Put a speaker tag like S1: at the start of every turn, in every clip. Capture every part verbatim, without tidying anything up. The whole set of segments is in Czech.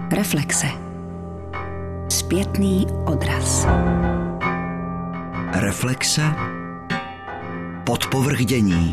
S1: Reflexe. Zpětný odraz.
S2: Reflexe. Podpovrchdění.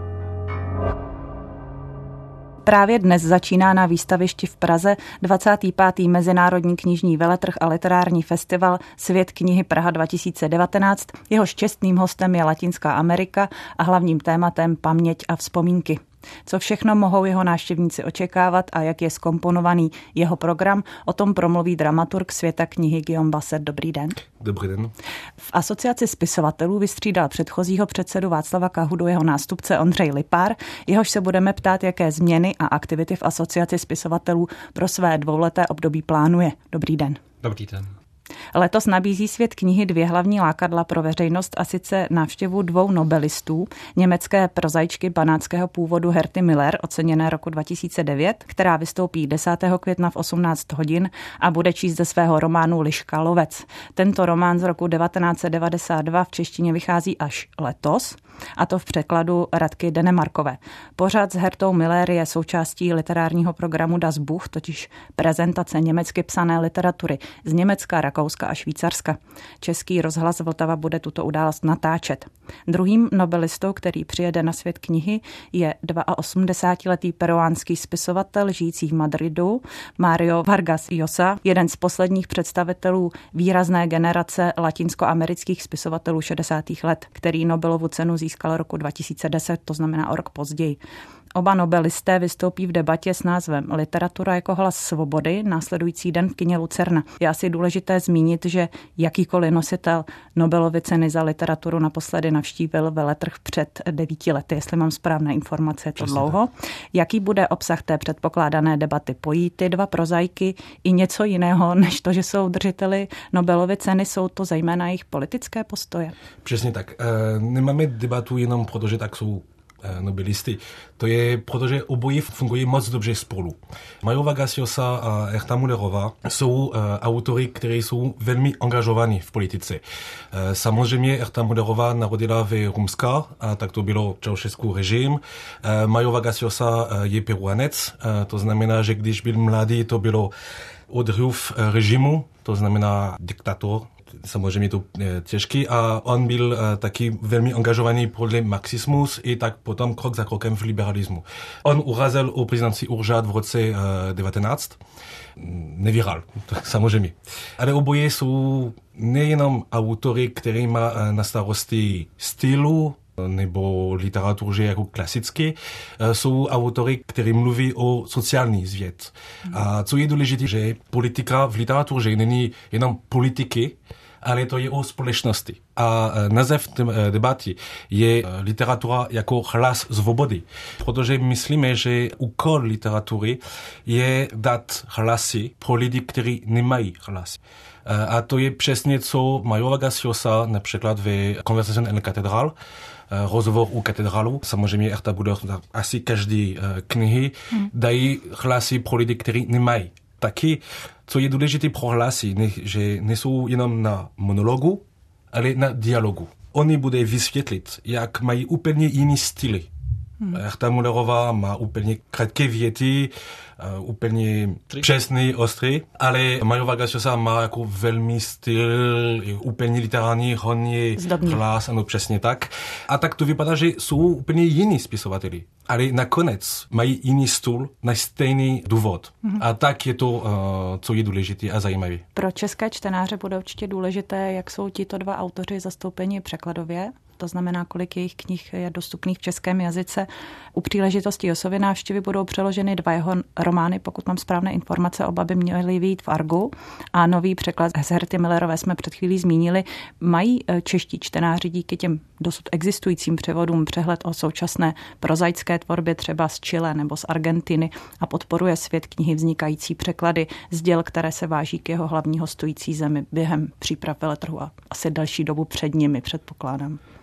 S3: Právě dnes začíná na výstavišti v Praze dvacátý pátý Mezinárodní knižní veletrh a literární festival Svět knihy Praha dva tisíce devatenáct. Jehož čestným hostem je Latinská Amerika a hlavním tématem paměť a vzpomínky. Co všechno mohou jeho návštěvníci očekávat a jak je zkomponovaný jeho program, o tom promluví dramaturg Světa knihy Guillaume Basset. Dobrý den.
S4: Dobrý den.
S3: V asociaci spisovatelů vystřídal předchozího předsedu Václava Kahudu jeho nástupce Ondřej Lipár, jehož se budeme ptát, jaké změny a aktivity v asociaci spisovatelů pro své dvouleté období plánuje. Dobrý den.
S4: Dobrý den.
S3: Letos nabízí Svět knihy dvě hlavní lákadla pro veřejnost, a sice návštěvu dvou nobelistů, německé prozaičky banátského původu Herty Miller, oceněné roku dva tisíce devět, která vystoupí desátého května v osmnáct hodin a bude číst ze svého románu Liška lovec. Tento román z roku devatenáct set devadesát dva v češtině vychází až letos, a to v překladu Radky Denemarkové. Pořad s Hertou Miller je součástí literárního programu Das Buch, totiž prezentace německy psané literatury z Německa, Rakouska a Švýcarska. Český rozhlas Vltava bude tuto událost natáčet. Druhým nobelistou, který přijede na Svět knihy, je osmdesátiletý peruánský spisovatel žijící v Madridu Mario Vargas Llosa, jeden z posledních představitelů výrazné generace latinskoamerických spisovatelů šedesátých let, který Nobelovu cenu získal roku dva tisíce deset, to znamená o rok později. Oba nobelisté vystoupí v debatě s názvem Literatura jako hlas svobody následující den v kině Lucerna. Je asi důležité zmínit, že jakýkoliv nositel Nobelovy ceny za literaturu naposledy navštívil veletrh před devíti lety, jestli mám správné informace, je to dlouho. Jaký bude obsah té předpokládané debaty? Pojí ty dva prozaiky i něco jiného, než to, že jsou držiteli Nobelovy ceny, jsou to zejména jejich politické postoje?
S4: Přesně tak. E, nemáme debatu jenom proto, že tak jsou nobelisty. To je, protože obojí fungují moc dobře spolu. Mario Vargas Llosa a Herta Millerová jsou uh, autory, kteří jsou velmi angažovaní v politice. Uh, samozřejmě Herta Millerová narodila v Rumska, a tak to bylo Ceaușescu režim. Uh, Mario Vargas Llosa uh, je Peruanec, uh, to znamená, že když byl mladý, to bylo odruch uh, režimu, to znamená diktator. Samozřejmě to je těžký a on byl uh, taky velmi angažovaný podle marxismus i tak potom krok za krokem v liberalismu. On urazil o prezidenci Uržat v roce uh, devatenáct. Nevyhrál, tak samozřejmě. Ale oboje jsou nejenom autory, který má uh, na starosti stylu nebo literatuře jako klasické, jsou autory, kteří mluví o sociální svět. A co je důležité, že politika v literatuře není jenom politiky, ale to je o společnosti. A název debaty je literatura jako hlas svobody. Protože myslíme, že úkol literatury je dát hlasy pro lidi, kteří nemají hlasy. A to je přesně, co Mario Vargas Llosa například ve Conversation en Catedral, rozhovor u katedrálu, samozřejmě Herta bude asi každý knihy, dají hlasy pro lidi, kteří nemají. Taky, co je důležité pro hlasy, ne, že nejsou jenom na monologu, ale na dialogu. Oni bude vysvětlit, jak mají úplně jiný styly. Hmm. Herta Millerová má úplně krátké věty, uh, úplně přesný, ostrý, ale Mario Vargas Llosa má jako velmi styl, úplně literární, hodně hlas, ano, přesně tak. A tak to vypadá, že jsou úplně jiní spisovateli. Ale nakonec mají jiný styl na stejný důvod. Hmm. A tak je to, uh, co je důležité a zajímavé.
S3: Pro české čtenáře bude určitě důležité, jak jsou tito dva autoři zastoupeni překladově. To znamená, kolik jejich knih je dostupných v českém jazyce. U příležitosti Llosovy návštěvy budou přeloženy dva jeho romány, pokud mám správné informace, oba by měly vyjít v Argu. A nový překlad z Herty Millerové jsme před chvílí zmínili. Mají čeští čtenáři díky těm dosud existujícím převodům přehled o současné prozaické tvorbě třeba z Chile nebo z Argentiny a podporuje Svět knihy vznikající překlady z děl, které se váží k jeho hlavní hostující zemi během příprav veletrhu a asi další dobu před nimi, předpokládám.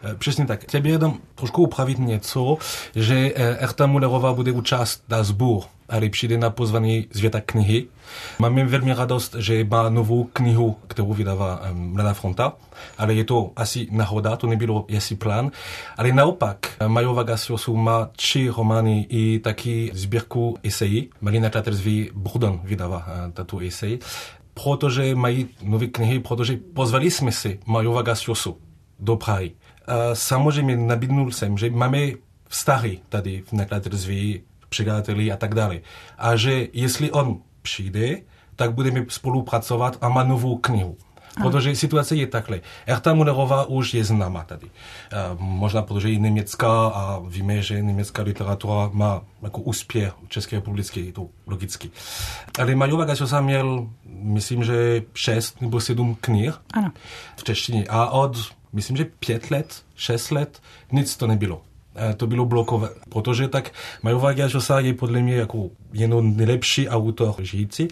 S4: Přesně tak. Chtěl bych jenom trošku upravit něco, že Herta Müllerová bude účast na sbor, ale přijde na pozvání Světa knihy. Máme velmi radost, že má novou knihu, kterou vydává Mladá fronta, ale je to asi náhoda, to nebylo asi plán. Ale naopak, Majová Gasiosu má tři romány i taky sbírku esejí. Marina Klatersví Burden vydává tato esej. Protože mají nové knihy, protože pozvali jsme si Majová Gasiosu do Prahy. Samozřejmě nabídnul jsem, že máme vztahy tady v nakladatelství, překladateli a tak dále. A že jestli on přijde, tak budeme spolupracovat a má novou knihu. Protože situace je takhle. Herta Müllerová už je známa tady. Možná protože je německá a víme, že německá literatura má jako úspěch v České republice, je to logicky. Ale Majová Gasiosa měl, myslím, že šest nebo sedm knih ano. v češtině. A od, myslím, že pět let, šest let, nic to nebylo. To bylo blokové, protože tak Majová Gasiosa je podle mě jako jenom nejlepší autor žijící,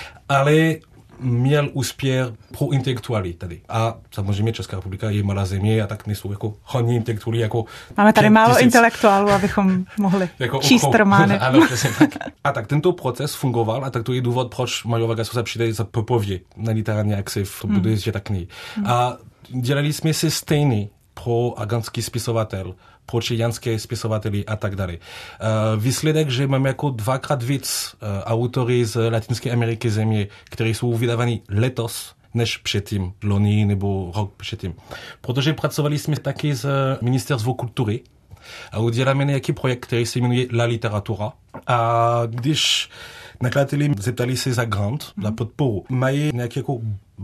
S4: ale měl úspěch pro intelektuály tady. A samozřejmě Česká republika je malá země a tak nejsou jako hodní intelektuály jako...
S3: Máme tady málo tisíc intelektuálů, abychom mohli jako číst romány.
S4: Ano, přesně tak. A tak tento proces fungoval a tak to je důvod, proč Majová Gasiosa přijde za popověď na literární akci v bude Světa knihy. Hmm. A dělali jsme si stejný pro agentský spisovatel, pro čijanské spisovateli a tak dále. Uh, výsledek, že máme jako dvakrát víc uh, autory z Latinské Ameriky země, které jsou vydávány letos, než předtím, loni nebo rok předtím. Protože pracovali jsme taky s Ministerstvom kultury a uděláme nějaký projekt, který se jmenuje La literatura. A když nakladatelé zeptali se za grant, za podporu, mají nějaký jako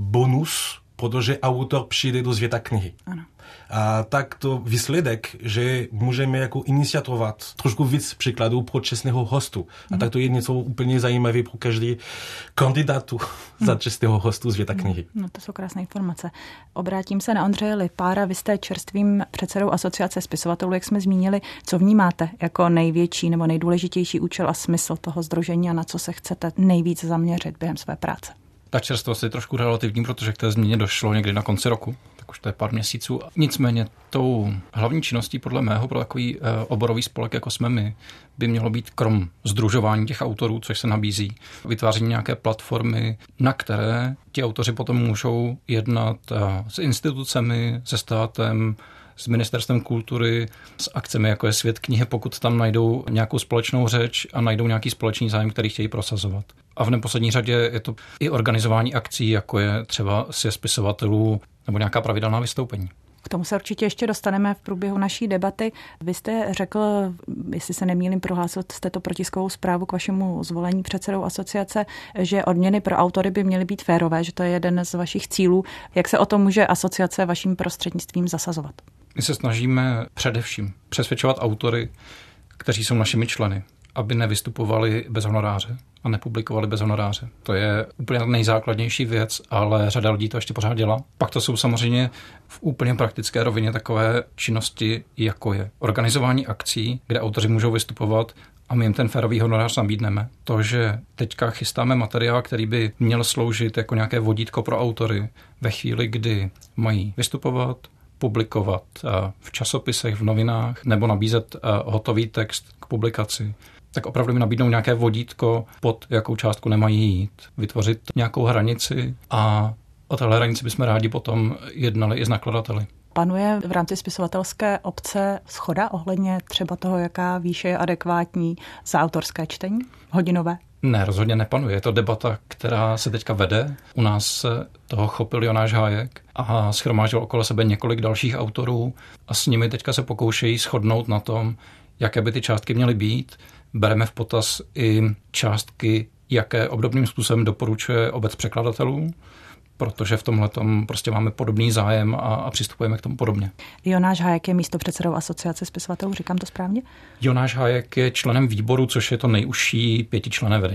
S4: bonus, protože autor přijde do Světa knihy. Ano. A tak to výsledek, že můžeme jako iniciatovat trošku víc příkladů pro čestného hostu. A mm. tak to je něco úplně zajímavé pro každý kandidátu mm. za čestného hostu Světa knihy.
S3: No to jsou krásné informace. Obrátím se na Ondřeje Lipára. Vy jste čerstvým předsedou Asociace spisovatelů, jak jsme zmínili. Co vnímáte jako největší nebo nejdůležitější účel a smysl toho sdružení a na co se chcete nejvíc zaměřit během své práce?
S1: Ta čerstvost je trošku relativní, protože k té změně došlo někdy na konci roku, tak už to je pár měsíců. Nicméně tou hlavní činností podle mého pro takový e, oborový spolek, jako jsme my, by mělo být krom sdružování těch autorů, což se nabízí, vytváření nějaké platformy, na které ti autoři potom můžou jednat e, s institucemi, se státem, s Ministerstvem kultury, s akcemi, jako je Svět knihy, pokud tam najdou nějakou společnou řeč a najdou nějaký společný zájem, který chtějí prosazovat. A v neposlední řadě je to i organizování akcí, jako je třeba sjezd spisovatelů nebo nějaká pravidelná vystoupení.
S3: K tomu se určitě ještě dostaneme v průběhu naší debaty. Vy jste řekl, jestli se nemýlím, prohlásil jste to pro tiskovou zprávu k vašemu zvolení předsedou asociace, že odměny pro autory by měly být férové, že to je jeden z vašich cílů. Jak se o to může asociace vaším prostřednictvím zasazovat?
S1: My se snažíme především přesvědčovat autory, kteří jsou našimi členy, aby nevystupovali bez honoráře a nepublikovali bez honoráře. To je úplně nejzákladnější věc, ale řada lidí to ještě pořád dělá. Pak to jsou samozřejmě v úplně praktické rovině takové činnosti, jako je organizování akcí, kde autoři můžou vystupovat a my jim ten férový honorář nabídneme. To, že teďka chystáme materiál, který by měl sloužit jako nějaké vodítko pro autory ve chvíli, kdy mají vystupovat, publikovat v časopisech, v novinách nebo nabízet hotový text k publikaci, tak opravdu mi nabídnou nějaké vodítko, pod jakou částku nemají jít, vytvořit nějakou hranici a o téhle hranici bychom rádi potom jednali i s nakladateli.
S3: Panuje v rámci spisovatelské obce shoda ohledně třeba toho, jaká výše je adekvátní za autorské čtení hodinové?
S1: Ne, rozhodně nepanuje. Je to debata, která se teďka vede. U nás se toho chopil Jonáš Hájek a shromáždil okolo sebe několik dalších autorů a s nimi teďka se pokoušejí shodnout na tom, jaké by ty částky měly být. Bereme v potaz i částky, jaké obdobným způsobem doporučuje obec překladatelů, protože v tomhletom prostě máme podobný zájem a, a přistupujeme k tomu podobně.
S3: Jonáš Hájek je místopředsedou Asociace spisovatelů, říkám to správně?
S1: Jonáš Hájek je členem výboru, což je to nejužší pětičlenné vedení.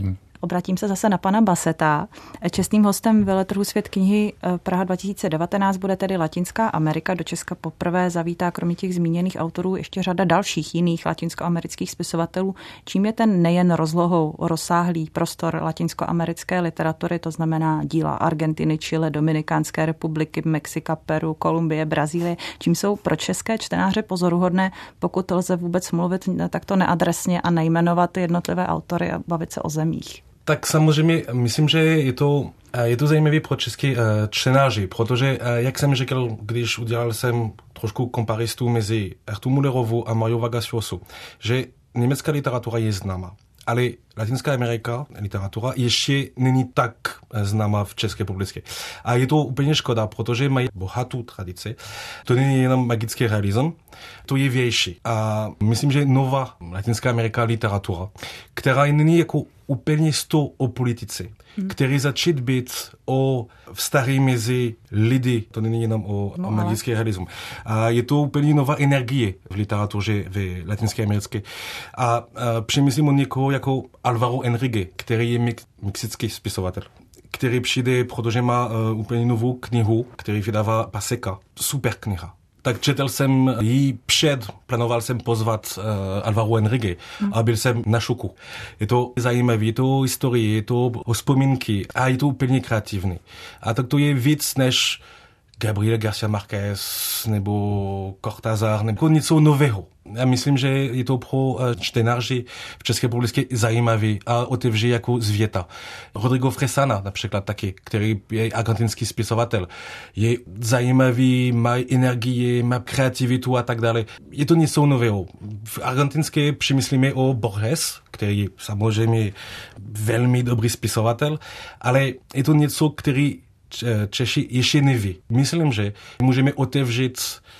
S3: Obratím se zase na pana Basseta. Čestným hostem veletrhu Svět knihy Praha dva tisíce devatenáct bude tedy Latinská Amerika. Do Česka poprvé zavítá kromě těch zmíněných autorů ještě řada dalších jiných latinskoamerických spisovatelů. Čím je ten nejen rozlohou rozsáhlý prostor latinskoamerické literatury, to znamená díla Argentiny, Chile, Dominikánské republiky, Mexika, Peru, Kolumbie, Brazílie, čím jsou pro české čtenáře pozoruhodné, pokud lze vůbec mluvit takto neadresně a nejmenovat jednotlivé autory a bavit se o zemích?
S4: Tak samozřejmě, myslím, že je to, je to zajímavé pro české čtenáři, protože, jak jsem řekl, když udělal jsem trošku komparistu mezi Ertu Müllerovou a Mario Vargas Llosu, že německá literatura je známa, ale Latinská Amerika literatura ještě není tak známá v České republice. A je to úplně škoda, protože mají bohatou tradici. To není jenom magický realism, to je větší. A myslím, že nová Latinská Amerika literatura, která není jako úplně sto o politice, hmm. který začít být o vztahy mezi lidi, to není jenom o, no, o magický realism. A je to úplně nová energie v literatuře v Latinské Americe. A, a přemyslím o někoho jako Alvaro Enrique, který je mix, mexický spisovatel, který přijde, protože má uh, úplně novou knihu, který vydává Paseka. Super kniha. Tak četl jsem ji před, plánoval jsem pozvat uh, Alvaro Enrique mm. a byl jsem na šoku. Je to zajímavé, je to historie, je to vzpomínky a je to úplně kreativní. A tak to je víc než Gabriel García Márquez nebo Cortázar nebo něco nového. Já myslím, že je to pro čtenáři v České republice zajímavý a otevří jako světa. Rodrigo Fresana například taky, který je argentinský spisovatel. Je zajímavý, má energii, má kreativitu a tak dále. Je to něco nového. V argentinské přemýšlíme o Borges, který je samozřejmě velmi dobrý spisovatel, ale je to něco, který Češi ještě neví. Myslím, že můžeme otevřít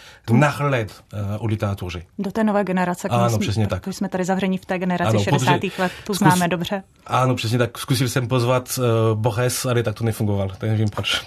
S4: náhled uh, o literatuře.
S3: Do té nové generace.
S4: Ano,
S3: jsme,
S4: přesně tak.
S3: Jsme tady zavření v té generaci ano, šedesátých let, tu zkus, známe dobře.
S4: Ano, přesně tak. Zkusil jsem pozvat uh, Borges, ale tak to nefungoval. Tak nevím proč.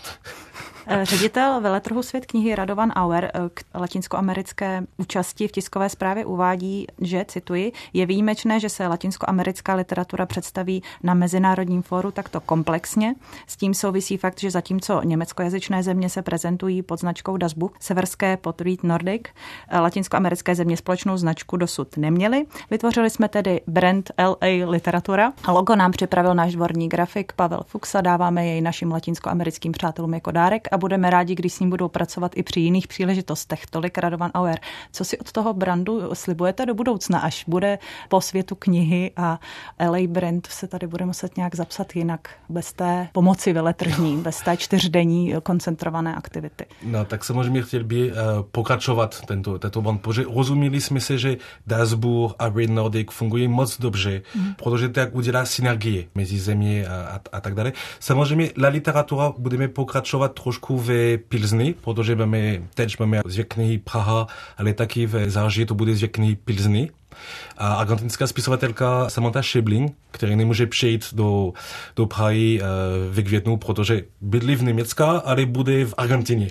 S3: Ředitel veletrhu Svět knihy Radovan Auer k latinskoamerické účasti v tiskové zprávě uvádí, že, cituji, je výjimečné, že se latinskoamerická literatura představí na mezinárodním fóru takto komplexně. S tím souvisí fakt, že zatímco německojazyčné země se prezentují pod značkou Das Buch, severské pod Read Nordic, latinskoamerické země společnou značku dosud neměly. Vytvořili jsme tedy brand L A Literatura. Logo nám připravil náš dvorní grafik Pavel Fuchsa, dáváme jej našim latinskoamerickým přátelům jako dárek a budeme rádi, když s ním budou pracovat i při jiných příležitostech. Tolik Radovan Auer. Co si od toho brandu slibujete do budoucna, až bude po světu knihy a L A brand se tady bude muset nějak zapsat jinak, bez té pomoci veletržní, bez té čtyřdenní koncentrované aktivity?
S4: No, tak samozřejmě chtěl by uh, pokračovat tento, tento brand, protože rozuměli jsme se, že Das Buch a Read Nordic fungují moc dobře, mm. protože tak udělá synergie mezi země a, a, a tak dále. Samozřejmě la literatura budeme pokračovat trošku v Pilzni, protože máme, teď máme Svět knihy Praha, ale taky v září to bude Svět knihy Pilzni. A argentinská spisovatelka Samantha Schweblin, který nemůže přijít do, do Prahy uh, v květnu, protože bydlí v Německu, ale bude v Argentině.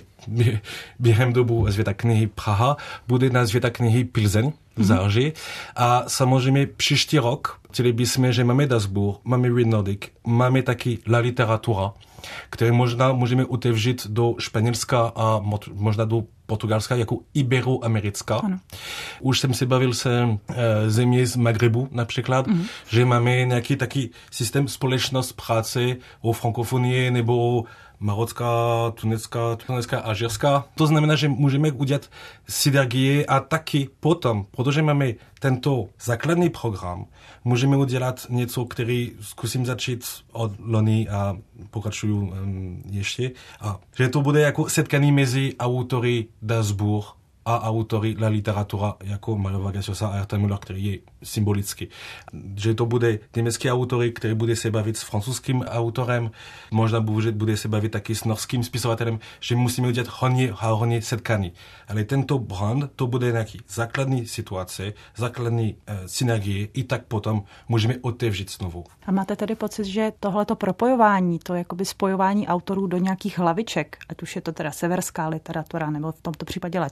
S4: Během dobu Světa knihy Praha bude na Světa knihy Pilzeň v září. A samozřejmě příští rok chtěli bychom, že máme Das Buch, máme Read Nordic, máme taky La Literatura, které možná můžeme otevřít do Španělska a možná do Portugalska jako iberoamerická. Ano. Už jsem se bavil se uh, země z Magrebu například, mm-hmm. že máme nějaký taký systém společnost práce o frankofonie nebo marocká, tunecká, tunecká, alžírská. To znamená, že můžeme udělat synergie a taky potom, protože máme tento základní program, můžeme udělat něco, který zkusím začít od loni a pokračuju um, ještě. A že to bude jako setkání mezi autory Das Buch a autory La Literatura, jako Mario Vargas Llosa a Erta Müller, který je symbolický. Že to bude německý autory, který bude se bavit s francouzským autorem, možná bude, bude se bavit taky s norským spisovatelem, že musíme udělat hodně, hodně setkání. Ale tento brand, to bude nějaký základní situace, základní uh, synergie, i tak potom můžeme otevřít znovu.
S3: A máte tedy pocit, že tohleto propojování, to jakoby spojování autorů do nějakých hlaviček, ať už je to teda severská literatura, nebo v tomto případě latinskoamerická,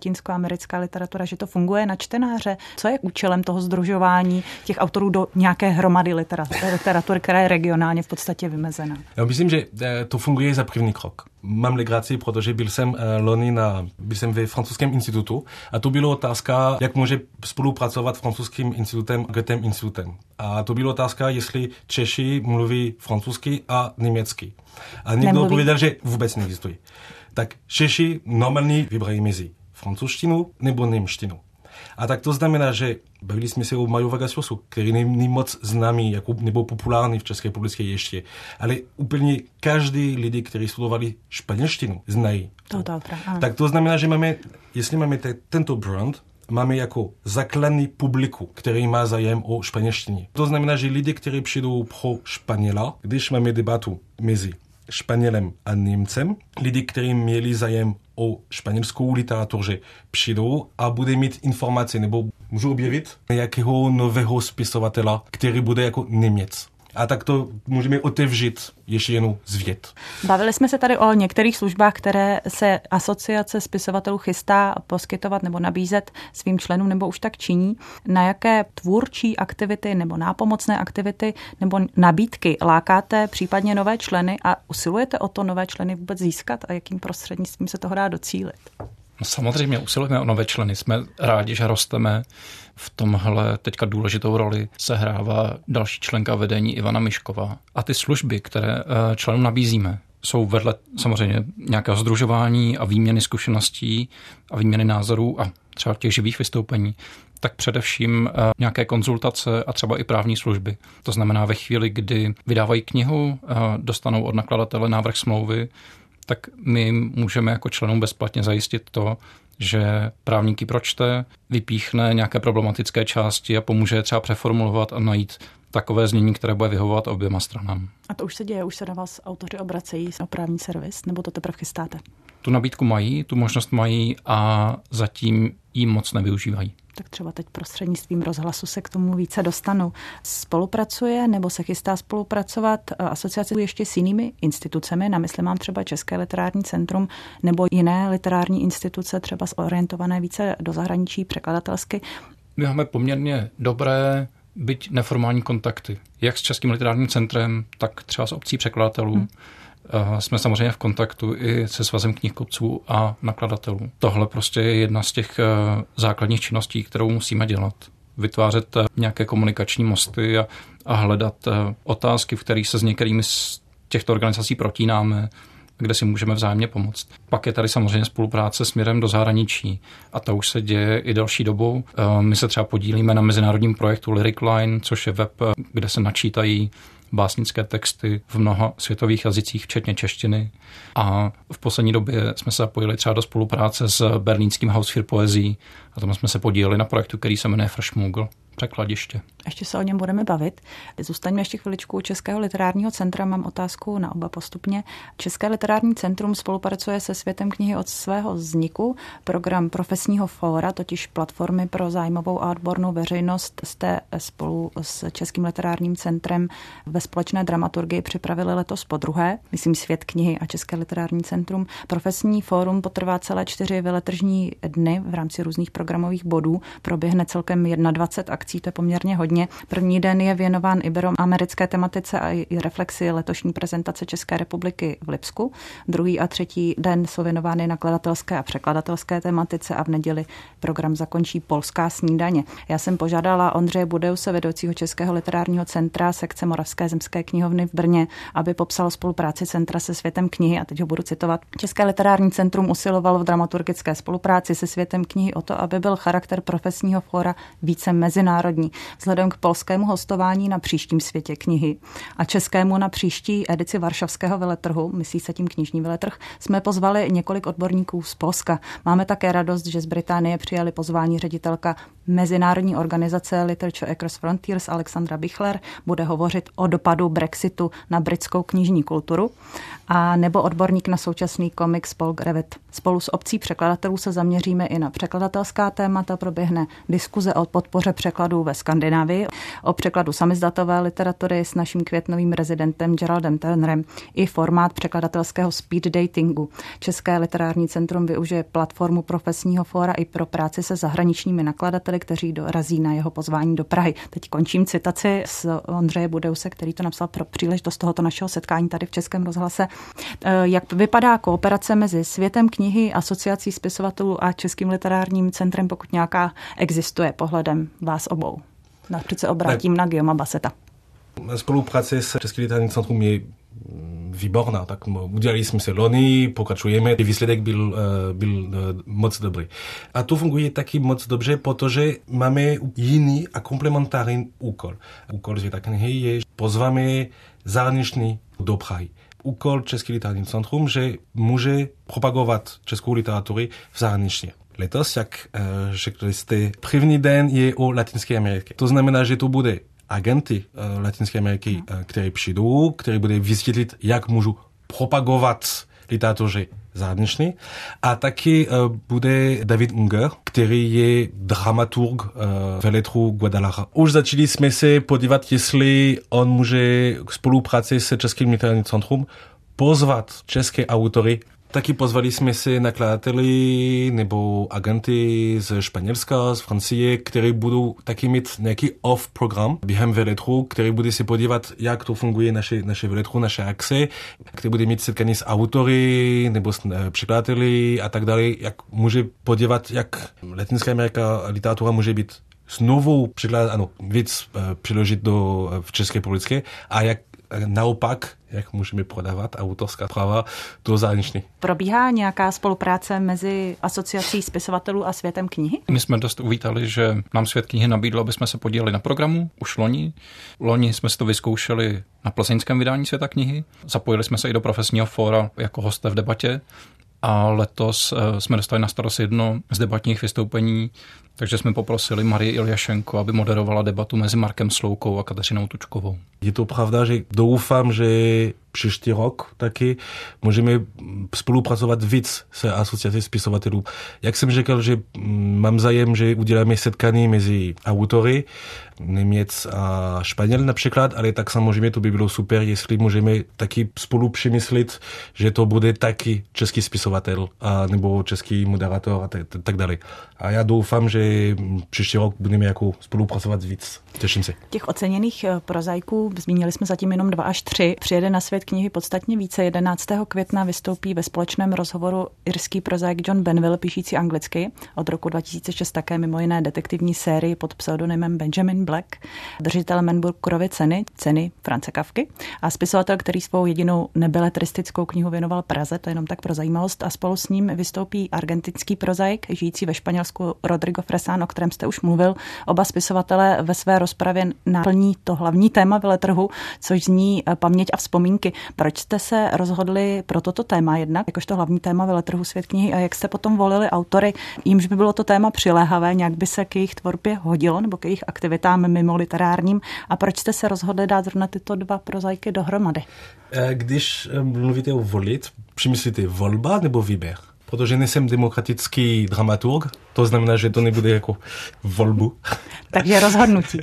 S3: americká literatura, že to funguje na čtenáře? Co je účelem toho sdružování těch autorů do nějaké hromady literatury, která je regionálně v podstatě vymezená?
S4: Já myslím, že to funguje za první krok. Mám legraci, protože byl jsem loni na, byl jsem ve francouzském institutu a to byla otázka, jak může spolupracovat francouzským institutem, Goethem institutem. A to byla otázka, jestli Češi mluví francouzsky a německy. A někdo odpověděl, že vůbec neexistuje. Tak Češi normálně vybrají mezi francouzštinu nebo němštinu. A tak to znamená, že bavili jsme se o Mario Vargas Llosu, který není moc známý jako, nebo populární v České republice ještě. Ale úplně každý lidi, kteří studovali španělštinu, znají.
S3: To, to,
S4: tak to znamená, že máme, jestli máme te, tento brand, máme jako základní publiku, který má zájem o španělštině. To znamená, že lidi, kteří přijdou pro Španěla, když máme debatu mezi Španělem a Němcem, lidi, kteří měli zájem o španělskou literatuře, přijdou a bude mít informace, nebo můžu objevit nějakého nového spisovatela, který bude jako Němec. A tak to můžeme otevřít ještě jenom zvěd.
S3: Bavili jsme se tady o některých službách, které se asociace spisovatelů chystá poskytovat nebo nabízet svým členům, nebo už tak činí. Na jaké tvůrčí aktivity nebo nápomocné aktivity nebo nabídky lákáte případně nové členy a usilujete o to nové členy vůbec získat a jakým prostřednictvím se toho dá docílit?
S1: No samozřejmě usilujeme o nové členy. Jsme rádi, že rosteme. V tomhle teďka důležitou roli sehrává další členka vedení Ivana Mišková. A ty služby, které členům nabízíme, jsou vedle samozřejmě nějakého sdružování a výměny zkušeností a výměny názorů a třeba těch živých vystoupení, tak především nějaké konzultace a třeba i právní služby. To znamená ve chvíli, kdy vydávají knihu, dostanou od nakladatele návrh smlouvy, tak my můžeme jako členům bezplatně zajistit to, že právník ji pročte, vypíchne nějaké problematické části a pomůže je třeba přeformulovat a najít takové znění, které bude vyhovovat oběma stranám.
S3: A to už se děje, už se na vás autoři obracejí o právní servis, nebo to teprve chystáte?
S1: Tu nabídku mají, tu možnost mají a zatím ji moc nevyužívají.
S3: Tak třeba teď prostřednictvím rozhlasu se k tomu více dostanu. Spolupracuje nebo se chystá spolupracovat asociace ještě s jinými institucemi, na mysli mám třeba České literární centrum nebo jiné literární instituce, třeba orientované více do zahraničí překladatelsky?
S1: My máme poměrně dobré, byť neformální kontakty, jak s Českým literárním centrem, tak třeba s obcí překladatelů. Hmm. Jsme samozřejmě v kontaktu i se Svazem knihkupců a nakladatelů. Tohle prostě je jedna z těch základních činností, kterou musíme dělat. Vytvářet nějaké komunikační mosty a, a hledat otázky, v kterých se s některými z těchto organizací protínáme, kde si můžeme vzájemně pomoct. Pak je tady samozřejmě spolupráce směrem do zahraničí a to už se děje i další dobou. My se třeba podílíme na mezinárodním projektu Lyric Line, což je web, kde se načítají básnické texty v mnoha světových jazycích, včetně češtiny. A v poslední době jsme se zapojili třeba do spolupráce s berlínským Haus für Poesie a tam jsme se podíleli na projektu, který se jmenuje Verschmugel. Překladiště.
S3: Ještě se o něm budeme bavit. Zůstaňme ještě chviličku u Českého literárního centra. Mám otázku na oba postupně. České literární centrum spolupracuje se Světem knihy od svého vzniku. Program profesního fóra, totiž platformy pro zájmovou a odbornou veřejnost, jste spolu s Českým literárním centrem ve společné dramaturgii připravili letos podruhé. Myslím Svět knihy a České literární centrum. Profesní fórum potrvá celé čtyři veletržní dny v rámci různých programových bodů. Proběhne celkem dvacet jedna akcí, to je poměrně hodně. První den je věnován iberoamerické tematice a i reflexi letošní prezentace České republiky v Lipsku. Druhý a třetí den jsou věnovány nakladatelské a překladatelské tematice a v neděli program zakončí Polská snídaně. Já jsem požádala Ondřeje Budeuse, vedoucího Českého literárního centra sekce Moravské zemské knihovny v Brně, aby popsal spolupráci centra se Světem knihy a teď ho budu citovat. České literární centrum usilovalo v dramaturgické spolupráci se Světem knihy o to, aby byl charakter profesního fóra více mezinárodní. Vzhledem k polskému hostování na příštím Světě knihy a českému na příští edici Varšavského veletrhu, myslí se tím knižní veletrh, jsme pozvali několik odborníků z Polska. Máme také radost, že z Británie přijali pozvání ředitelka mezinárodní organizace Literature Across Frontiers Alexandra Bichler, bude hovořit o dopadu Brexitu na britskou knižní kulturu, a nebo odborník na současný komiks Paul Grevett. Spolu s obcí překladatelů se zaměříme i na překladatelská témata, proběhne diskuze o podpoře překladatelů překladů ve Skandinávii, o překladu samizdatové literatury s naším květnovým rezidentem Geraldem Turnerem i formát překladatelského speed datingu. České literární centrum využije platformu profesního fóra i pro práci se zahraničními nakladateli, kteří dorazí na jeho pozvání do Prahy. Teď končím citaci z Ondřeje Budeuse, který to napsal pro příležitost tohoto našeho setkání tady v Českém rozhlase. Jak vypadá kooperace mezi Světem knihy, Asociací spisovatelů a Českým literárním centrem, pokud nějaká existuje pohledem vás obou? Například se obrátím ne. na Guillauma Basseta.
S4: Spolupráce s Českým literárním centrum je výborná, tak udělali jsme se loni, pokračujeme, výsledek byl, byl moc dobrý. A to funguje taky moc dobře, protože máme jiný a komplementární úkol. Úkol Světa knihy je, pozváme zahraniční do Prahy. Úkol Český literární centrum, že může propagovat českou literaturu v zahraničí. Letos, jak řekli jste, první den je o Latinské Americe. To znamená, že to bude agenty uh, Latinské Ameriky, uh, kteří přijdou, kteří bude vysvětlit, jak můžu propagovat literatury zahraniční. A taky uh, bude David Unger, který je dramaturg uh, veletru Guadalajara. Už začali jsme se podívat, jestli on může spolupráci se Českým literárním centrum pozvat české autory. Taky pozvali jsme se nakladateli nebo agenty z Španělska, z Francie, kteří budou taky mít nějaký off program během veletru, který bude se podívat, jak to funguje naše, naše veletru, naše akce, který bude mít setkání s autory nebo s překladateli a tak dále, jak může podívat, jak Latinská Amerika literatura může být znovu překladat, ano, víc uh, přeložit do uh, v české politické a jak naopak, jak můžeme prodávat autorská práva do zahraničí.
S3: Probíhá nějaká spolupráce mezi Asociací spisovatelů a Světem knihy?
S1: My jsme dost uvítali, že nám Svět knihy nabídlo, aby jsme se podíleli na programu už loni. Loni jsme si to vyzkoušeli na plzeňském vydání Světa knihy. Zapojili jsme se i do profesního fóra jako hosté v debatě. A letos jsme dostali na starost jedno z debatních vystoupení, takže jsme poprosili Marii Iljašenko, aby moderovala debatu mezi Markem Sloukou a Kateřinou Tučkovou.
S4: Je to pravda, že doufám, že příští rok taky můžeme spolupracovat víc se Asociací spisovatelů. Jak jsem řekl, že mám zájem, že uděláme setkání mezi autory, Němec a Španěl například, ale tak samozřejmě to by bylo super, jestli můžeme taky spolu přemyslit, že to bude taky český spisovatel a nebo český moderátor a tak dále. A já doufám, že příští rok budeme jako spolupracovat víc. Těším se.
S3: Těch oceněných prozaiků, zmínili jsme zatím jenom dva až tři, přijede na Svět knihy podstatně více. jedenáctého května vystoupí ve společném rozhovoru irský prozaik John Benville, píšící anglicky, od roku dva tisíce šest také mimo jiné detektivní sérii pod pseudonymem Benjamin Black, držitel Manbookerovy ceny, ceny Franze Kafky a spisovatel, který svou jedinou nebeletristickou knihu věnoval Praze, to je jenom tak pro zajímavost, a spolu s ním vystoupí argentinský prozaik, žijící ve Španělsku Rodrigo Fresán, o kterém jste už mluvil. Oba spisovatelé ve své rozpravě naplní to hlavní téma veletrhu, což zní paměť a vzpomínky. Proč jste se rozhodli pro toto téma jednak, jakožto hlavní téma veletrhu Svět knihy, a jak jste potom volili autory, jimž by bylo to téma přiléhavé, nějak by se k jejich tvorbě hodilo nebo k jejich aktivitám mimo literárním, a proč jste se rozhodli dát zrovna tyto dva prozaiky dohromady?
S4: Když mluvíte o volit, přemyslíte volba nebo výběr? Protože nejsem demokratický dramaturg, to znamená, že to nebude jako volbu.
S3: Takže rozhodnutí.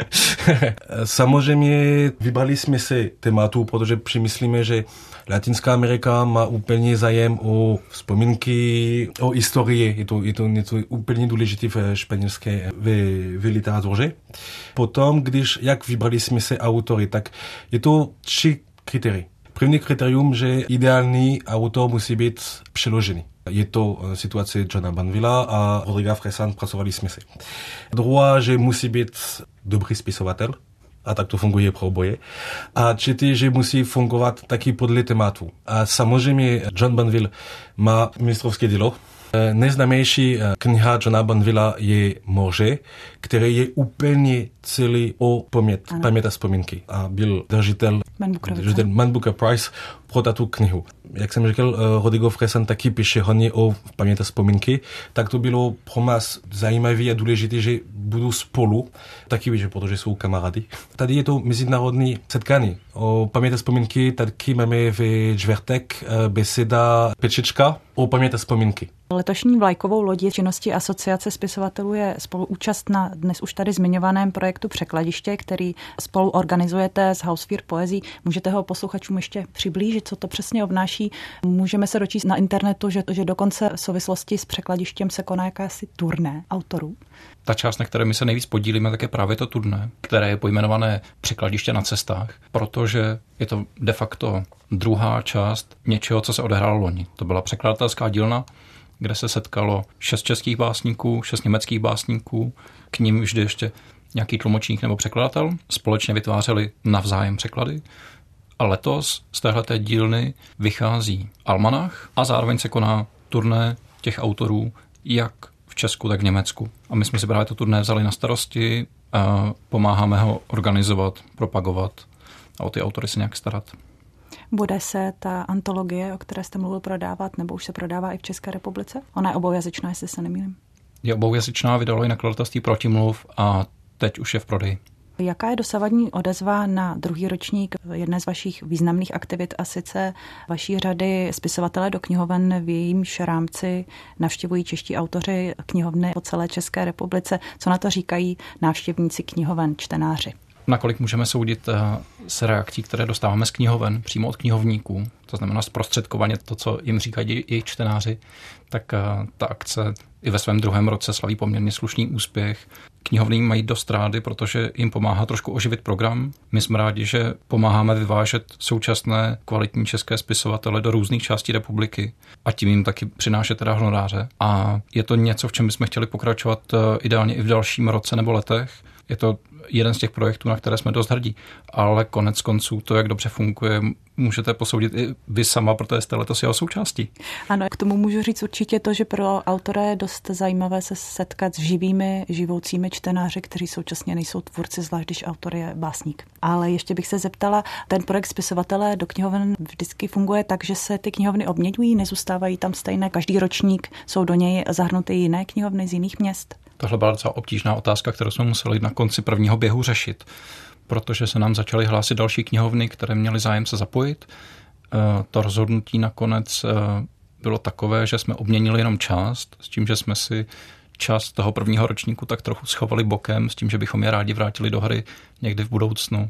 S4: Samozřejmě vybrali jsme si tématu, protože přemyslíme, že Latinská Amerika má úplně zájem o vzpomínky, o historii. Je to, je to něco úplně důležité v španělské v literatuře. Potom, když jak vybrali jsme si autory, tak je to tři kritéria. První kritérium, že ideální autor musí být přeložený. Je to situace Johna Banvilla a Rodriga Fresán, pracovali jsme si. Druhá, že musí být dobrý spisovatel, a tak to funguje pro oboje. A třetí, že musí fungovat taky podle tématu. A samozřejmě John Banville má mistrovské dílo. Nejznámější kniha Johna Banvilla je Morže, který je úplně celý o paměť, paměť a vzpomínky. A byl držitel Man Booker Prize pro tato knihu. Jak jsem řekl, Rodrigo Fresán taky píše hodně o paměti a vzpomínky, tak to bylo pro nás zajímavé a důležité, že budou spolu, taky víš, protože jsou kamarády. Tady je to mezinárodní setkání o paměti a vzpomínky, taky máme ve čtvrtek beseda Pečečka o paměti a vzpomínky.
S3: Letošní vlajkovou lodí činnosti Asociace spisovatelů je spoluúčast na dnes už tady zmiňovaném projektu Překladiště, který spolu organizujete s Hausfír poezí. Můžete ho posluchačům ještě přiblížit, co to přesně obnáší? Můžeme se dočíst na internetu, že, že dokonce v souvislosti s Překladištěm se koná jakási turné autorů.
S1: Ta část, na které my se nejvíc podílíme, tak je právě to turné, které je pojmenované Překladiště na cestách, protože je to de facto druhá část něčeho, co se odehrálo loni. To byla překladatelská dílna, kde se setkalo šest českých básníků, šest německých básníků, k nim vždy ještě nějaký tlumočník nebo překladatel. Společně vytvářeli navzájem překlady. A letos z téhleté dílny vychází almanach a zároveň se koná turné těch autorů, jak v Česku, tak v Německu. A my jsme si právě to turné vzali na starosti a pomáháme ho organizovat, propagovat a o ty autory se nějak starat.
S3: Bude se ta antologie, o které jste mluvil, prodávat, nebo už se prodává i v České republice? Ona je oboujazyčná, jestli se nemýlím.
S1: Je oboujazyčná, vydalo i nakladatelství Protimluv a teď už je v prodeji.
S3: Jaká je dosavadní odezva na druhý ročník jedné z vašich významných aktivit, a sice vaší řady spisovatelé do knihoven, v jejímž rámci navštěvují čeští autoři knihovny po celé České republice? Co na to říkají návštěvníci knihoven, čtenáři?
S1: Nakolik můžeme soudit s reakcí, které dostáváme z knihoven, přímo od knihovníků, to znamená zprostředkovaně to, co jim říkají jejich čtenáři, tak ta akce i ve svém druhém roce slaví poměrně slušný úspěch. Knihovny mají dost rády, protože jim pomáhá trošku oživit program. My jsme rádi, že pomáháme vyvážet současné kvalitní české spisovatele do různých částí republiky a tím jim taky přinášet teda honoráře. A je to něco, v čem bychom chtěli pokračovat ideálně i v dalším roce nebo letech. Je to jeden z těch projektů, na které jsme dost hrdí, ale konec konců to, jak dobře funguje, můžete posoudit i vy sama, protože jste letos jeho součástí.
S3: Ano, k tomu můžu říct určitě to, že pro autora je dost zajímavé se setkat s živými, živoucími čtenáři, kteří současně nejsou tvůrci, zvlášť když autor je básník. Ale ještě bych se zeptala, ten projekt spisovatelé do knihoven vždycky funguje tak, že se ty knihovny obměňují, nezůstávají tam stejné, každý ročník jsou do něj zahrnuty jiné knihovny z jiných měst?
S1: Tohle byla docela obtížná otázka, kterou jsme museli na konci prvního běhu řešit, protože se nám začaly hlásit další knihovny, které měly zájem se zapojit. To rozhodnutí nakonec bylo takové, že jsme obměnili jenom část, s tím, že jsme si část toho prvního ročníku tak trochu schovali bokem, s tím, že bychom je rádi vrátili do hry někdy v budoucnu.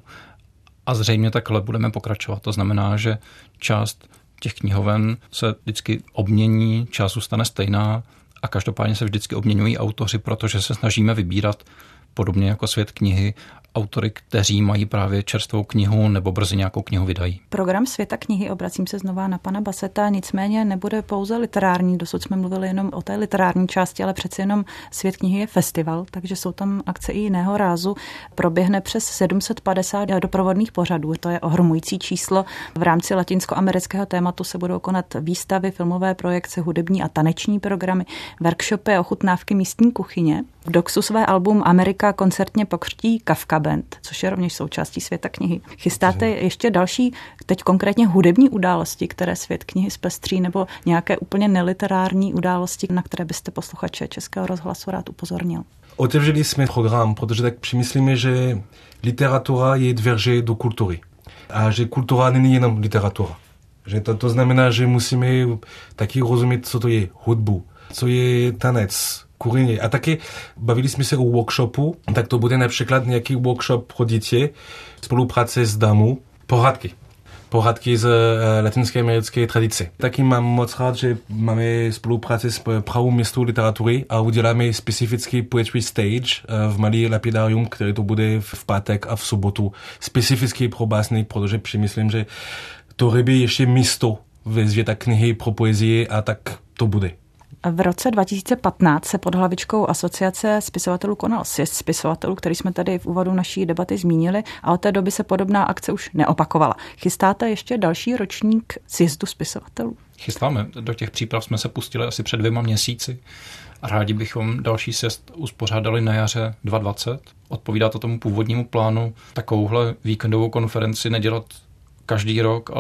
S1: A zřejmě takhle budeme pokračovat. To znamená, že část těch knihoven se vždycky obmění, část zůstane stejná, a každopádně se vždycky obměňují autoři, protože se snažíme vybírat podobně jako Svět knihy autory, kteří mají právě čerstvou knihu nebo brzy nějakou knihu vydají.
S3: Program Světa knihy, obracím se znova na pana Baseta, nicméně nebude pouze literární, dosud jsme mluvili jenom o té literární části, ale přeci jenom Svět knihy je festival, takže jsou tam akce i jiného rázu. Proběhne přes sedm set padesát doprovodných pořadů, to je ohromující číslo. V rámci latinskoamerického tématu se budou konat výstavy, filmové projekce, hudební a taneční programy, workshopy a ochutnávky místní kuchyně. V Doxu své album Amerika koncertně pokřtí Kafka Band, což je rovněž součástí Světa knihy. Chystáte ještě další, teď konkrétně hudební události, které Svět knihy zpestří, nebo nějaké úplně neliterární události, na které byste posluchače Českého rozhlasu rád upozornil?
S4: Otevřeli jsme program, protože tak přemyslíme, že literatura je dveře do kultury. A že kultura není jenom literatura. Že to, to znamená, že musíme taky rozumět, co to je hudbu, co je tanec, kuryně. A taky bavili jsme se o workshopu, tak to bude například nějaký workshop pro děti, spolupráce s dámou, pohádky. Pohádky z latinské americké tradice. Taky mám moc rád, že máme spolupráci s Prahou městou literatury a uděláme specifický poetry stage v malý lapidarium, který to bude v pátek a v sobotu. Specificky pro básny, protože přemyslím, že to rybí ještě místo ve Světa knihy pro poezii a tak to bude.
S3: V roce dva tisíce patnáct se pod hlavičkou Asociace spisovatelů konal sjezd spisovatelů, který jsme tady v úvodu naší debaty zmínili, a od té doby se podobná akce už neopakovala. Chystáte ještě další ročník sjezdu spisovatelů?
S1: Chystáme. Do těch příprav jsme se pustili asi před dvěma měsíci a rádi bychom další sjezd uspořádali na jaře dva tisíce dvacet. Odpovídá to tomu původnímu plánu takovouhle víkendovou konferenci nedělat každý rok, ale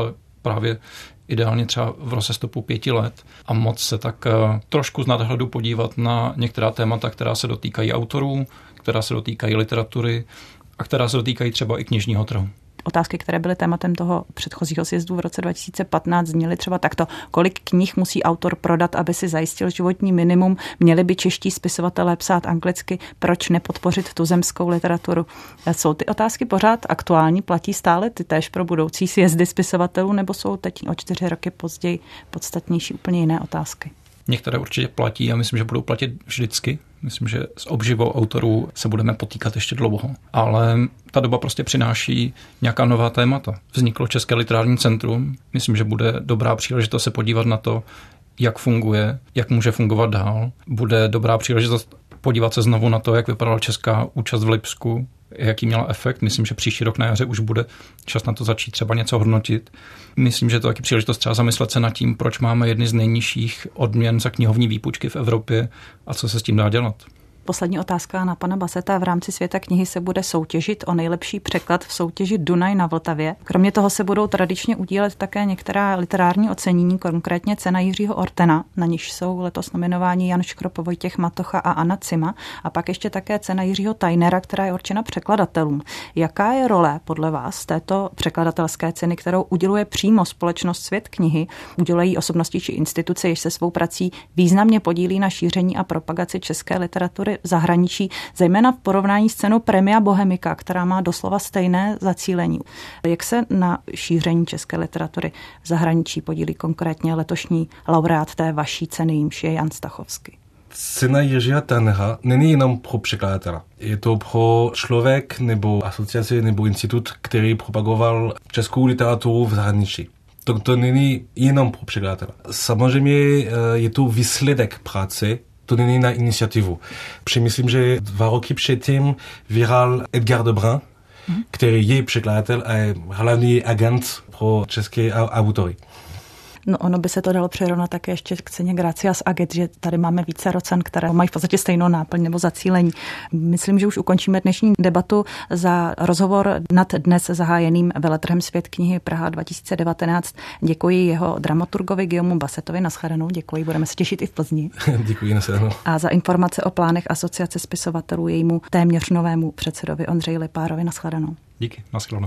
S1: právě ideálně třeba v rozestupu pěti let a moc se tak trošku z nadhledu podívat na některá témata, která se dotýkají autorů, která se dotýkají literatury a která se dotýkají třeba i knižního trhu.
S3: Otázky, které byly tématem toho předchozího sjezdu v roce dva tisíce patnáct, zněly třeba takto. Kolik knih musí autor prodat, aby si zajistil životní minimum? Měli by čeští spisovatelé psát anglicky? Proč nepodpořit tuzemskou literaturu? Jsou ty otázky pořád aktuální? Platí stále ty též pro budoucí sjezdy spisovatelů? Nebo jsou teď o čtyři roky později podstatnější úplně jiné otázky?
S1: Některé určitě platí a myslím, že budou platit vždycky. Myslím, že s obživou autorů se budeme potýkat ještě dlouho. Ale ta doba prostě přináší nějaká nová témata. Vzniklo České literární centrum. Myslím, že bude dobrá příležitost se podívat na to, jak funguje, jak může fungovat dál. Bude dobrá příležitost podívat se znovu na to, jak vypadala česká účast v Lipsku, jaký měla efekt. Myslím, že příští rok na jaře už bude čas na to začít třeba něco hodnotit. Myslím, že to je taky příležitost třeba zamyslet se nad tím, proč máme jedny z nejnižších odměn za knihovní výpůjčky v Evropě a co se s tím dá dělat.
S3: Poslední otázka na pana Baseta. V rámci Světa knihy se bude soutěžit o nejlepší překlad v soutěži Dunaj na Vltavě. Kromě toho se budou tradičně udílet také některá literární ocenění, konkrétně cena Jiřího Ortena, na níž jsou letos nominováni Jan Škrop, Vojtěch Matocha a Anna Cima, a pak ještě také cena Jiřího Tajnera, která je určena překladatelům. Jaká je role podle vás této překladatelské ceny, kterou uděluje přímo společnost Svět knihy, udělují osobnosti či instituce, jež se svou prací významně podílí na šíření a propagaci české literatury v zahraničí, zejména v porovnání s cenou Premia Bohemika, která má doslova stejné zacílení. Jak se na šíření české literatury v zahraničí podílí konkrétně letošní laureát té vaší ceny, jímž je Jan Stachovský?
S4: Cena Jiřího Tajnera není jenom pro překladatele. Je to pro člověk nebo asociaci nebo institut, který propagoval českou literaturu v zahraničí. To, to není jenom pro překladatele. Samozřejmě je to výsledek práce, to není na iniciativu. Přemyslím, že dva roky předtím vyhrál Edgar Debrun, mm. který je překladatel a je hlavní agent pro české autory.
S3: No, ono by se to dalo přirovnat také ještě k ceně Gracias Agit, že tady máme více cen, které mají v podstatě stejnou náplň nebo zacílení. Myslím, že už ukončíme dnešní debatu za rozhovor nad dnes zahájeným veletrhem Svět knihy Praha dva tisíce devatenáct. Děkuji jeho dramaturgovi Guillaumu Bassetovi, nashledanou. Děkuji, budeme se těšit i v Plzni.
S4: Děkuji, nashledanou.
S3: A za informace o plánech Asociace spisovatelů jejímu téměř novému předsedovi Ondřeji Lipárovi, nashledanou.
S1: Díky, nashledanou.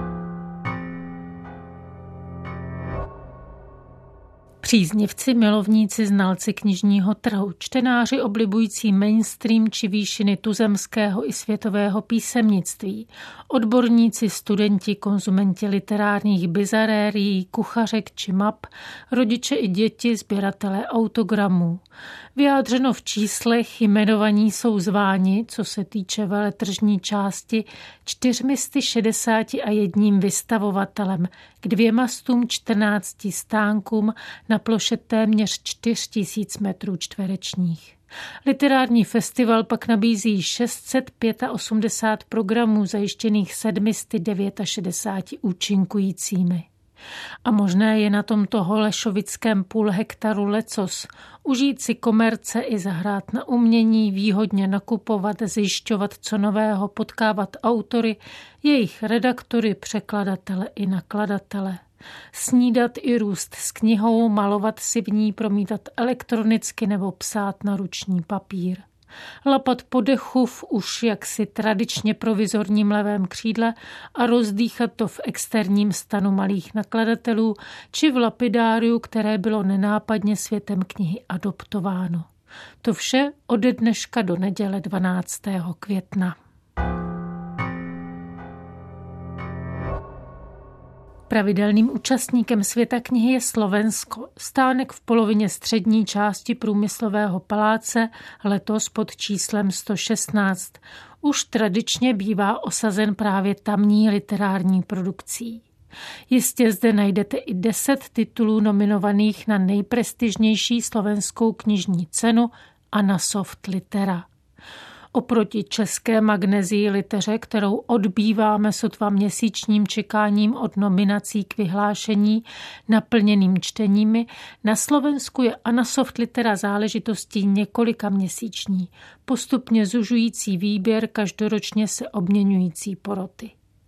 S2: Příznivci, milovníci, znalci knižního trhu, čtenáři oblibující mainstream či výšiny tuzemského i světového písemnictví, odborníci, studenti, konzumenti literárních bizarérií, kuchařek či map, rodiče i děti, sběratelé autogramů. Vyjádřeno v číslech, jmenovaní jsou zváni, co se týče veletržní části, čtyřmi šedesáti a jedním vystavovatelem k dvěma stům čtrnácti stánkům na ploše téměř čtyři tisíce metrů čtverečních. Literární festival pak nabízí šest set osmdesát pět programů zajištěných sedmi sty šedesáti devěti účinkujícími. A možné je na tomto holešovickém půl hektaru lecos, užít si komerce i zahrát na umění, výhodně nakupovat, zjišťovat co nového, potkávat autory, jejich redaktory, překladatele i nakladatele. Snídat i růst s knihou, malovat si v ní, promítat elektronicky nebo psát na ruční papír. Lapat po dechu v už jaksi tradičně provizorním levém křídle a rozdýchat to v externím stanu malých nakladatelů či v lapidáriu, které bylo nenápadně světem knihy adoptováno. To vše ode dneška do neděle dvanáctého května. Pravidelným účastníkem Světa knihy je Slovensko. Stánek v polovině střední části Průmyslového paláce, letos pod číslem sto šestnáct. Už tradičně bývá osazen právě tamní literární produkcí. Jistě zde najdete i deset titulů nominovaných na nejprestižnější slovenskou knižní cenu Anasoft Litera. Oproti české Magnézii liteře, kterou odbýváme sotva měsíčním čekáním od nominací k vyhlášení naplněným čteními, na Slovensku je Anasoft Litera záležitostí několika měsíční, postupně zužující výběr, každoročně se obměňující poroty.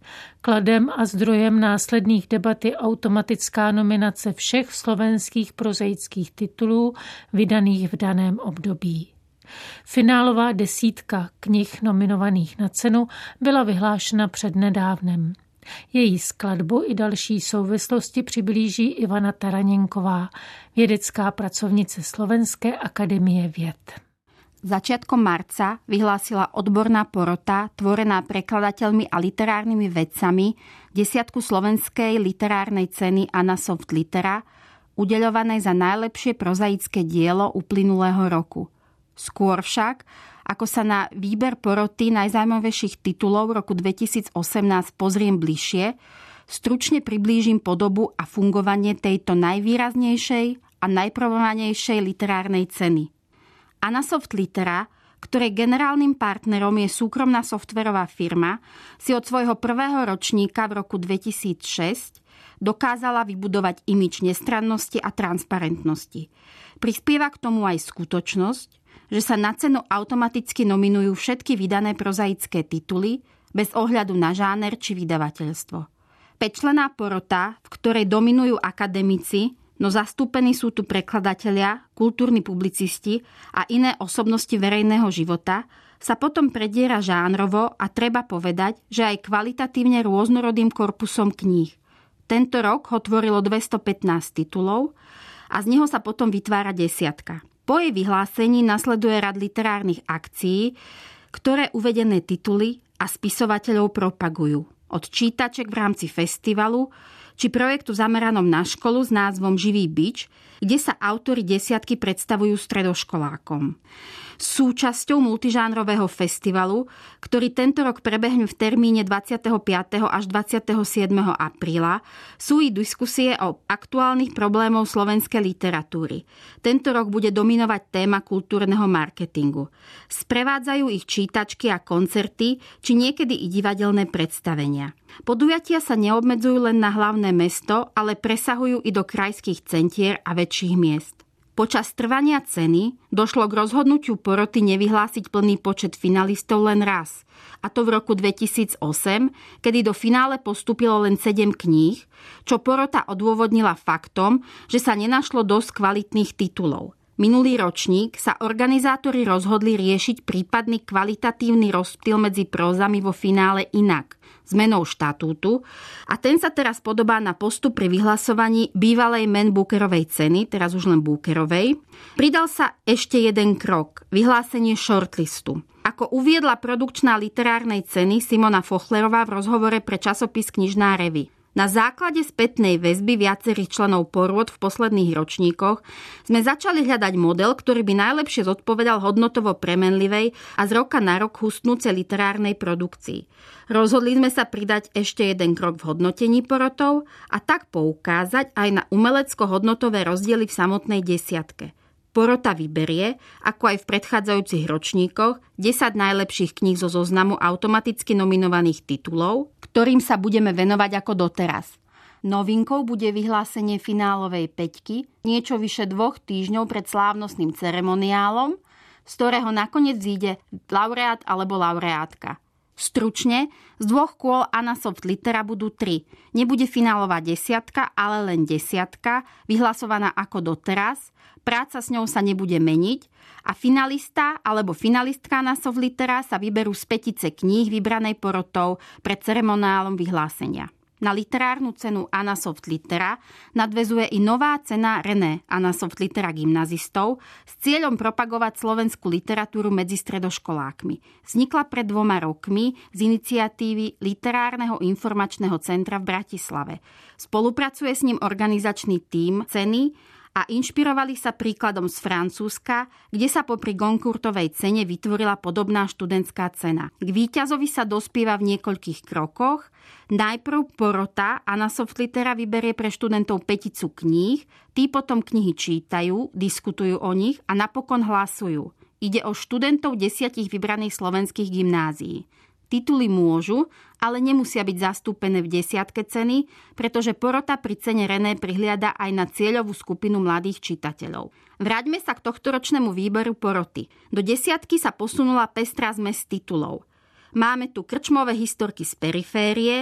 S2: Kladem a zdrojem následných debat je automatická nominace všech slovenských prozaických titulů vydaných v daném období. Finálová desítka knih nominovaných na cenu byla vyhlášena přednedávnem. Její skladbu i další souvislosti přiblíží Ivana Taraněnková, vědecká pracovnice Slovenské akademie věd.
S5: Začiatkom marca vyhlásila odborná porota, tvorená prekladateľmi a literárnymi vedcami, desiatku slovenskej literárnej ceny Anna Soft Litera, udeľovanej za najlepšie prozaické dielo uplynulého roku. Skôr však, ako sa na výber poroty najzaujímavejších titulov roku dvetisícosemnásť pozriem bližšie, stručne priblížim podobu a fungovanie tejto najvýraznejšej a najproblemovanejšej literárnej ceny. Anna Soft Litera, ktorej generálnym partnerom je súkromná softverová firma, si od svojho prvého ročníka v roku dvetisícšesť dokázala vybudovať imič nestrannosti a transparentnosti. Prispieva k tomu aj skutočnosť, že sa na cenu automaticky nominujú všetky vydané prozaické tituly bez ohľadu na žáner či vydavateľstvo. Päťčlenná porota, v ktorej dominujú akademici, no zastúpení sú tu prekladatelia, kultúrni publicisti a iné osobnosti verejného života, sa potom prediera žánrovo a treba povedať, že aj kvalitatívne rôznorodým korpusom kníh. Tento rok ho tvorilo dvestopätnásť titulov a z neho sa potom vytvára desiatka. Po jej vyhlásení nasleduje rad literárnych akcií, ktoré uvedené tituly a spisovateľov propagujú. Od čítaček v rámci festivalu či projektu zameranom na školu s názvom Živý bič, kde sa autori desiatky predstavujú stredoškolákom. Súčasťou multižánrového festivalu, ktorý tento rok prebehne v termíne dvadsiateho piateho až dvadsiateho siedmeho apríla, sú i diskusie o aktuálnych problémov slovenskej literatúry. Tento rok bude dominovať téma kultúrneho marketingu. Sprevádzajú ich čítačky a koncerty, či niekedy i divadelné predstavenia. Podujatia sa neobmedzujú len na hlavné mesto, ale presahujú i do krajských centier a väčších miest. Počas trvania ceny došlo k rozhodnutiu poroty nevyhlásiť plný počet finalistov len raz. A to v roku dvetisícosem, kedy do finále postúpilo len sedem kníh, čo porota odôvodnila faktom, že sa nenašlo dosť kvalitných titulov. Minulý ročník sa organizátori rozhodli riešiť prípadný kvalitatívny rozptyl medzi prózami vo finále inak, zmenou štatútu, a ten sa teraz podobá na postup pri vyhlasovaní bývalej Man Bookerovej ceny, teraz už len Bookerovej. Pridal sa ešte jeden krok, vyhlásenie shortlistu. Ako uviedla produkčná literárnej ceny Simona Fochlerová v rozhovore pre časopis Knižná revy. Na základe spätnej väzby viacerých členov porôd v posledných ročníkoch sme začali hľadať model, ktorý by najlepšie zodpovedal hodnotovo premenlivej a z roka na rok hustnúcej literárnej produkcii. Rozhodli sme sa pridať ešte jeden krok v hodnotení porotov a tak poukázať aj na umelecko-hodnotové rozdiely v samotnej desiatke. Porota vyberie, ako aj v predchádzajúcich ročníkoch, desať najlepších kníh zo zoznamu automaticky nominovaných titulov, ktorým sa budeme venovať ako doteraz. Novinkou bude vyhlásenie finálovej päťky, niečo vyše dvoch týždňov pred slávnostným ceremoniálom, z ktorého nakoniec zíde laureát alebo laureátka. Stručne, z dvoch kôl Anna Soft Litera budú tri. Nebude finálová desiatka, ale len desiatka, vyhlasovaná ako doteraz. Práca s ňou sa nebude meniť a finalista alebo finalistka Anna Soft Litera sa vyberú z pätice kníh vybranej porotou pred ceremoniálom vyhlásenia. Na literárnu cenu Anna Soft Litera nadväzuje i nová cena René Anna Soft Litera gymnazistov s cieľom propagovať slovenskú literatúru medzi stredoškolákmi. Vznikla pred dvoma rokmi z iniciatívy Literárneho informačného centra v Bratislave. Spolupracuje s ním organizačný tím ceny a inšpirovali sa príkladom z Francúzska, kde sa popri Goncourtovej cene vytvorila podobná študentská cena. K víťazovi sa dospieva v niekoľkých krokoch. Najprv porota Anna Soft Litera vyberie pre študentov päticu kníh, tí potom knihy čítajú, diskutujú o nich a napokon hlasujú. Ide o študentov desiatich vybraných slovenských gymnázií. Tituly môžu, ale nemusia byť zastúpené v desiatke ceny, pretože porota pri cene René prihliada aj na cieľovú skupinu mladých čitateľov. Vráťme sa k tohtoročnému výberu poroty. Do desiatky sa posunula pestrá zmes titulov. Máme tu krčmové historky z periférie,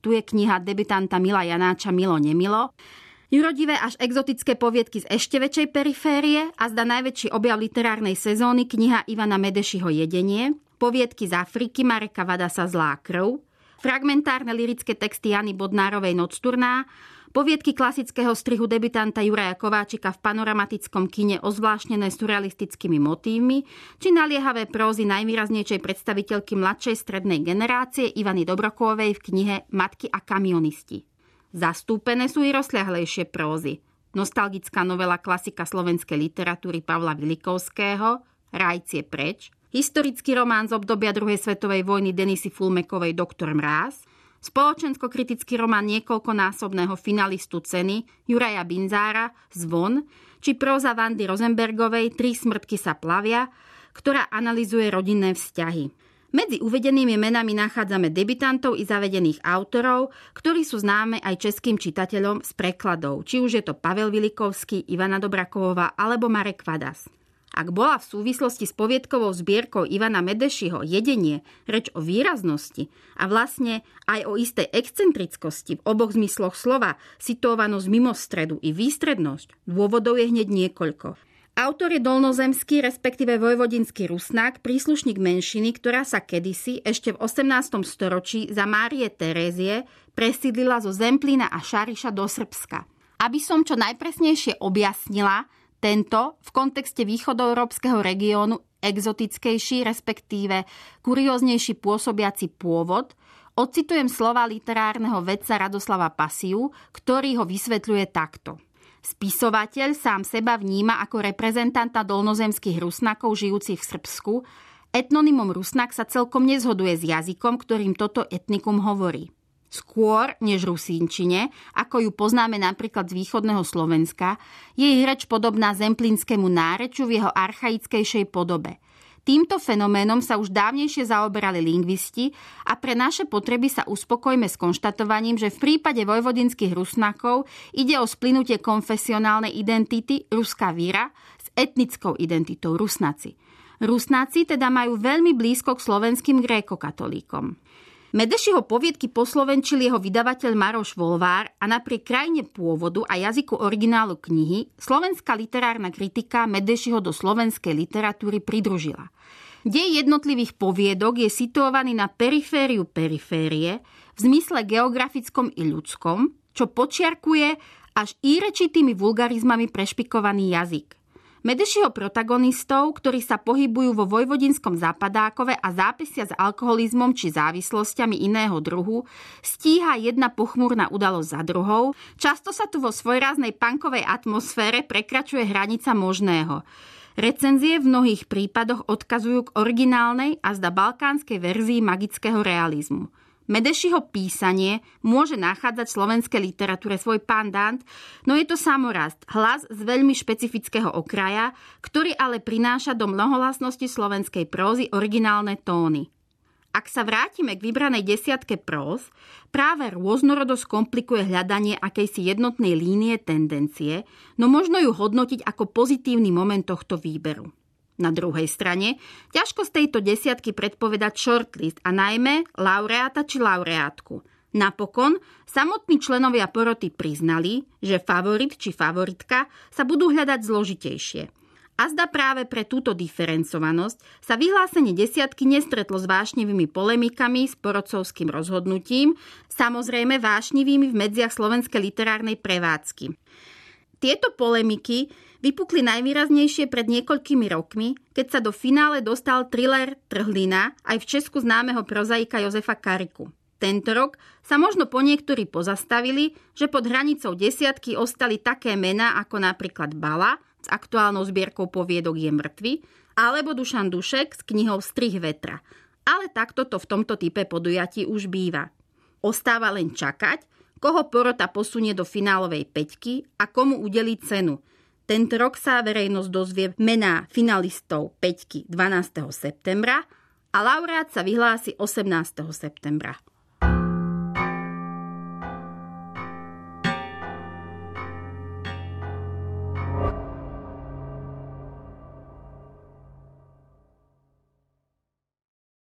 S5: tu je kniha debutanta Mila Janáča Milo nemilo. Jurodivé až exotické poviedky z ešte väčšej periférie a zda najväčší objav literárnej sezóny kniha Ivana Medešiho Jedenie, poviedky z Afriky Mareka Vadasa Zlá krv, fragmentárne lirické texty Jany Bodnárovej Nocturná, poviedky klasického strihu debutanta Juraja Kováčika v panoramatickom kine ozvláštnené surrealistickými motívmi, či naliehavé prózy najvýraznejšej predstaviteľky mladšej strednej generácie Ivany Dobrokovej v knihe Matky a kamionisti. Zastúpené sú i rozľahlejšie prózy. Nostalgická novela klasika slovenskej literatúry Pavla Vilikovského Rajcie preč, historický román z obdobia druhej svetovej vojny Denisy Fulmekovej Doktor Mráz, spoločensko-kritický román niekoľkonásobného finalistu ceny Juraja Binzára Zvon, či próza Vandy Rosenbergovej Tri smrtky sa plavia, ktorá analyzuje rodinné vzťahy. Medzi uvedenými menami nachádzame debutantov i zavedených autorov, ktorí sú známe aj českým čitateľom z prekladov, či už je to Pavel Vilikovský, Ivana Dobrakovová alebo Marek Vadas. Ak bola v súvislosti s poviedkovou zbierkou Ivana Medešiho Jedenie reč o výraznosti a vlastne aj o istej excentrickosti v oboch zmysloch slova, situovanosť mimo stredu i výstrednosť, dôvodov je hneď niekoľko. Autor je dolnozemský, respektíve vojvodinský Rusnák, príslušník menšiny, ktorá sa kedysi, ešte v osemnástom storočí za Márie Terézie presídlila zo Zemplína a Šariša do Srbska. Aby som čo najpresnejšie objasnila, tento v kontexte východoeurópskeho regiónu exotickejší, respektíve kurióznejší pôsobiaci pôvod, ocitujem slova literárneho vedca Radoslava Pasiu, ktorý ho vysvetľuje takto. Spisovateľ sám seba vníma ako reprezentanta dolnozemských Rusnákov žijúcich v Srbsku. Etnonymom Rusnák sa celkom nezhoduje s jazykom, ktorým toto etnikum hovorí. Skôr než rusínčine, ako ju poznáme napríklad z východného Slovenska, je jej reč podobná zemplínskému nárečiu v jeho archaickejšej podobe. Týmto fenoménom sa už dávnejšie zaoberali lingvisti a pre naše potreby sa uspokojme s konštatovaním, že v prípade vojvodinských Rusnákov ide o splynutie konfesionálnej identity ruská víra s etnickou identitou Rusnáci. Rusnáci teda majú veľmi blízko k slovenským grékokatolíkom. Medešiho poviedky poslovenčil jeho vydavateľ Maroš Volvár a napriek krajine pôvodu a jazyku originálu knihy slovenská literárna kritika Medešiho do slovenskej literatúry pridružila. Dej jednotlivých poviedok je situovaný na perifériu periférie v zmysle geografickom i ľudskom, čo počiarkuje až írečitými vulgarizmami prešpikovaný jazyk. Medešiho protagonistov, ktorí sa pohybujú vo vojvodinskom Západákove a zápisia s alkoholizmom či závislosťami iného druhu, stíha jedna pochmúrna udalosť za druhou. Často sa tu vo svojráznej punkovej atmosfére prekračuje hranica možného. Recenzie v mnohých prípadoch odkazujú k originálnej a zda balkánskej verzii magického realizmu. Medešiho písanie môže nachádzať v slovenskej literatúre svoj pandant, no je to samorast, hlas z veľmi špecifického okraja, ktorý ale prináša do mnohohlasnosti slovenskej prózy originálne tóny. Ak sa vrátime k vybranej desiatke próz, práve rôznorodosť komplikuje hľadanie akejsi jednotnej línie tendencie, no možno ju hodnotiť ako pozitívny moment tohto výberu. Na druhej strane, ťažko z tejto desiatky predpovedať shortlist a najmä laureáta či laureátku. Napokon, samotní členovia poroty priznali, že favorit či favoritka sa budú hľadať zložitejšie. A zda práve pre túto diferencovanosť sa vyhlásenie desiatky nestretlo s vášnivými polemikami s porodcovským rozhodnutím, samozrejme vášnivými v medziach slovenskej literárnej prevádzky. Tieto polemiky vypukli najvýraznejšie pred niekoľkými rokmi, keď sa do finále dostal thriller Trhlina aj v Česku známeho prozaika Jozefa Kariku. Tento rok sa možno po niektorí pozastavili, že pod hranicou desiatky ostali také mená ako napríklad Bala s aktuálnou zbierkou poviedok Je mŕtvy, alebo Dušan Dušek s knihou Strih vetra. Ale takto to v tomto type podujatí už býva. Ostáva len čakať, koho porota posunie do finálovej päťky a komu udelí cenu. Tento rok sa verejnosť dozvie mená finalistov päťky dvanásteho septembra a laureát sa vyhlási osemnásteho septembra.